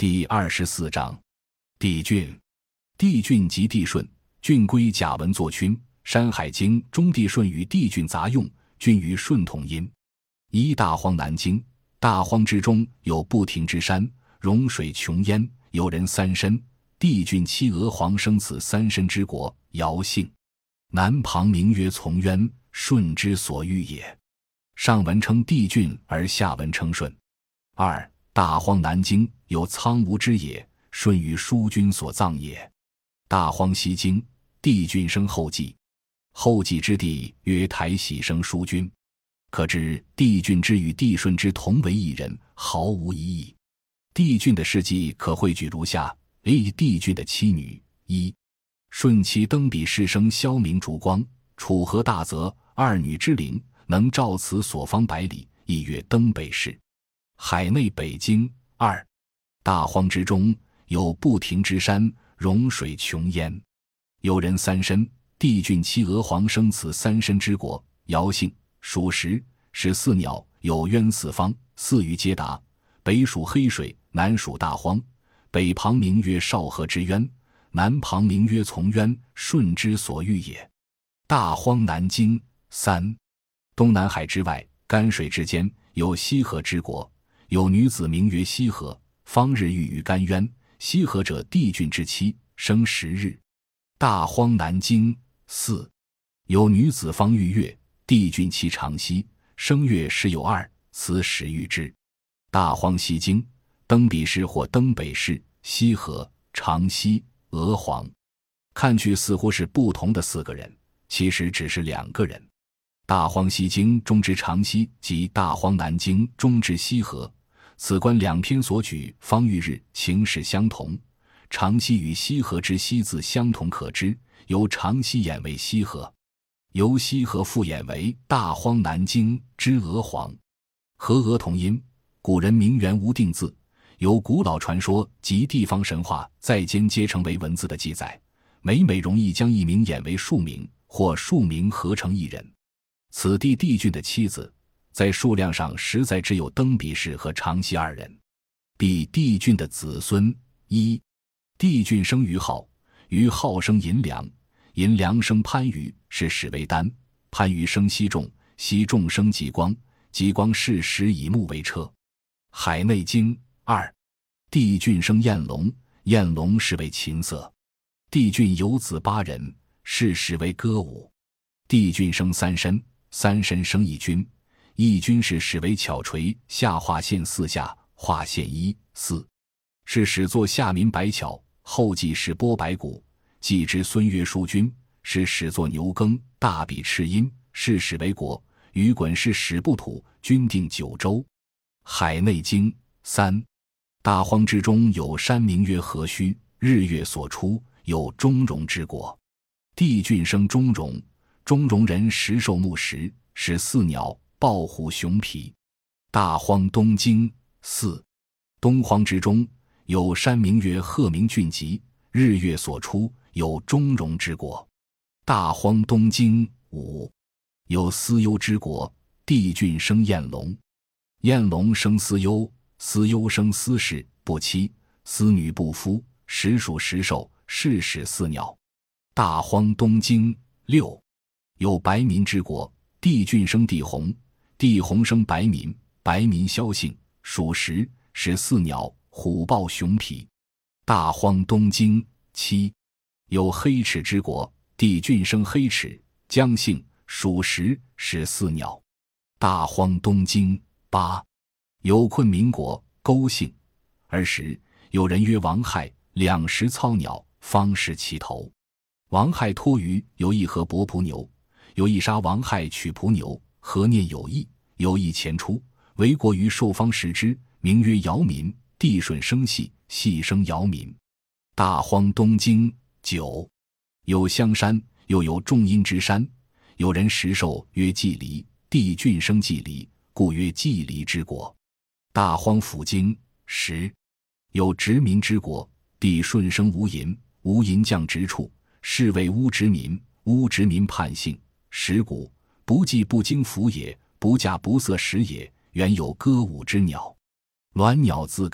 第24章，帝俊。帝俊即帝舜，俊归甲文作勋。山海经中帝舜与帝俊杂用，俊与舜同音。一大荒南经，大荒之中有不停之山，容水穷焉，有人三身。帝俊妻娥皇生此三身之国，尧姓。南旁名曰从渊，舜之所欲也。上文称帝俊，而下文称舜。二大荒南经有苍梧之野，舜与叔君所葬也。大荒西经，帝俊生后稷，后稷之地曰台喜生叔君。可知帝俊之与帝舜之同为一人，毫无疑义。帝俊的事迹可汇举如下：帝俊的妻女，一舜妻登比氏生萧明烛光，楚河大泽，二女之灵，能照此所方百里，亦曰登北氏。海内北经。二大荒之中有不停之山，容水穷焉，有人三身。帝俊妻娥皇生此三身之国，尧姓。属时，是四鸟，有渊四方，四隅皆达。北属黑水，南属大荒。北旁名曰少河之渊，南旁名曰从渊，舜之所欲也。大荒南经。三东南海之外，干水之间，有西河之国，有女子名曰西河，方日遇于干渊。西河者帝俊之妻，生10日。大荒南经。四有女子方遇月，帝俊妻长息，生月时有2，此始遇之。大荒西经，登比氏或登北氏，西河、长息、娥皇。看去似乎是不同的4个人，其实只是2个人。大荒西经中之长息及大荒南经中之西河，此观2篇所举方遇日情势相同，长息与西河之西字相同可知，由长息演为西河，由西河复演为大荒南经之娥皇。和娥同音，古人名原无定字，有古老传说及地方神话在间皆成为文字的记载，每容易将一名演为数名，或数名合成一人。此地帝俊的妻子在数量上实在只有登比氏和长息2人。帝俊的子孙，一帝俊生于浩，于浩生银良，银良生番禺，是始为丹，番禺生西仲，西仲生极光，极光是始以木为车。海内经。二帝俊生彦龙，彦龙是为琴瑟。帝俊有子8人，是始为歌舞。帝俊生三身，三身生一君，一君是始为巧锤，下划线4下，划线1、4，是始作下民百巧。后继是拨白骨，继之孙曰叔君，是始作牛耕，大比赤阴，是始为国。于滚是始不土，均定9州。海内经。三大荒之中有山名曰河虚，日月所出，有中戎之国。帝俊生中戎，中戎人食兽木石，是4鸟，豹虎熊皮。大荒东经。四东荒之中有山名曰鹤鸣峻极，日月所出，有中戎之国。大荒东经。五有司幽之国，帝俊生彦龙，彦龙生司幽，司幽生司氏，不妻，司女不夫，时属时兽，是始4鸟。大荒东经。六有白民之国，帝俊生帝弘，帝弘生白民，白民萧姓，属时，是4鸟，虎豹熊皮。大荒东经。七有黑齿之国，帝俊生黑齿，姜姓，属时，是4鸟。大荒东经。八有昆明国，勾姓。儿时有人曰王亥，2食操鸟，方是其头。王亥托于有一河伯仆牛，有一杀王亥取仆牛，何念有意，有意前出，为国于朔方食之，名曰尧民。帝舜生系，系生尧民。大荒东经。九有香山，又有众阴之山，有人食兽曰季离，帝俊生季离，故曰季离之国。大荒府经。十有殖民之国，帝舜生无银，无银降直处，是谓乌殖民。乌殖民叛姓，食谷，不祭不经服也，不驾不色食也。原有歌舞之鸟，鸾鸟自歌，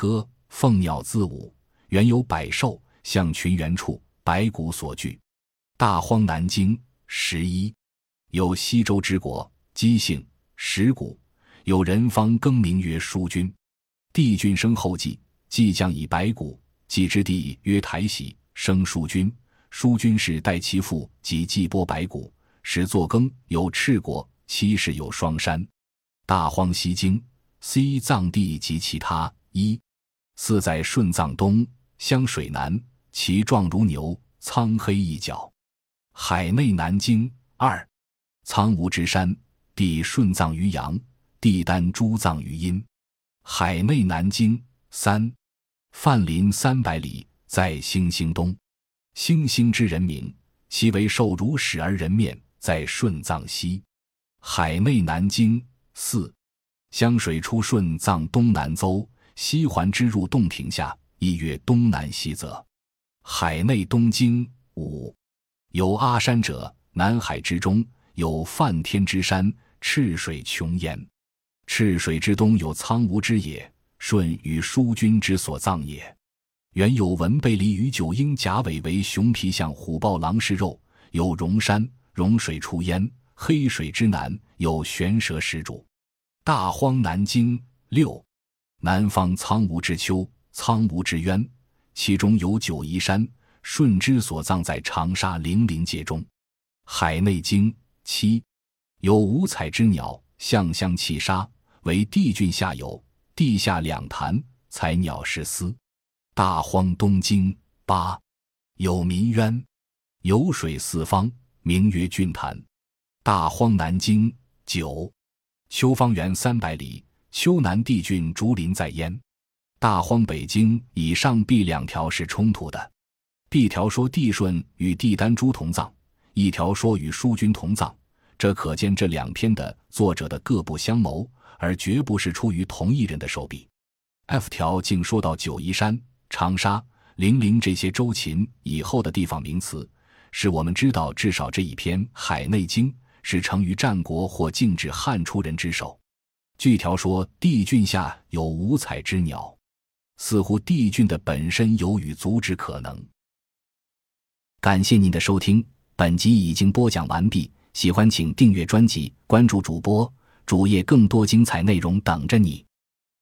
凤鸟自舞，原有百兽，向群原处，白骨所聚。大荒南经11。有西周之国，姬姓，石谷，有人方更名曰叔君。帝俊生后稷，稷将以白骨，稷之弟曰台喜，生叔君。叔君是代其父及稷剥白骨，始作耕，有赤国，七世有双山。大荒西经，C 藏地及其他。4在顺藏东，湘水南，其状如牛，苍黑一角。海内南经2。苍梧之山，地顺藏于阳，地丹诸藏于阴。海内南经3。范林300里，在星星东。星星之人名，其为兽如始而人面，在顺藏西。海内南经4。湘水出顺藏东南邹，西环之入洞庭下，亦曰东南西泽。海内东经5。有阿山者，南海之中，有梵天之山，赤水穷焉。赤水之东有苍梧之野，舜与叔君之所葬也。原有文贝离与九鹰甲尾为熊皮象虎豹狼食肉，有荣山，荣水出焉，黑水之南有玄蛇始主。大荒南经6。南方苍梧之丘，苍梧之渊，其中有九夷山，舜之所葬在长沙陵陵界中。海内经7。有五彩之鸟，象相气杀，为帝俊下有，地下2潭，采鸟食丝。大荒东经8。有民渊，有水四方，名曰郡潭。大荒南经9。丘方圆300里，丘南帝郡竹林在焉。大荒北经以上必2条是冲突的，必条说帝舜与帝丹朱同葬，一条说与叔君同葬，这可见这2篇的作者的各不相谋，而绝不是出于同一人的手笔。F 条竟说到九夷山、长沙、零陵这些周秦以后的地方名词，使我们知道至少这一篇《海内经》是成于战国或晋至汉初人之手。据条说帝郡下有五彩之鸟，似乎帝郡的本身有与族之可能。感谢您的收听，本集已经播讲完毕，喜欢请订阅专辑，关注主播，主页更多精彩内容等着你。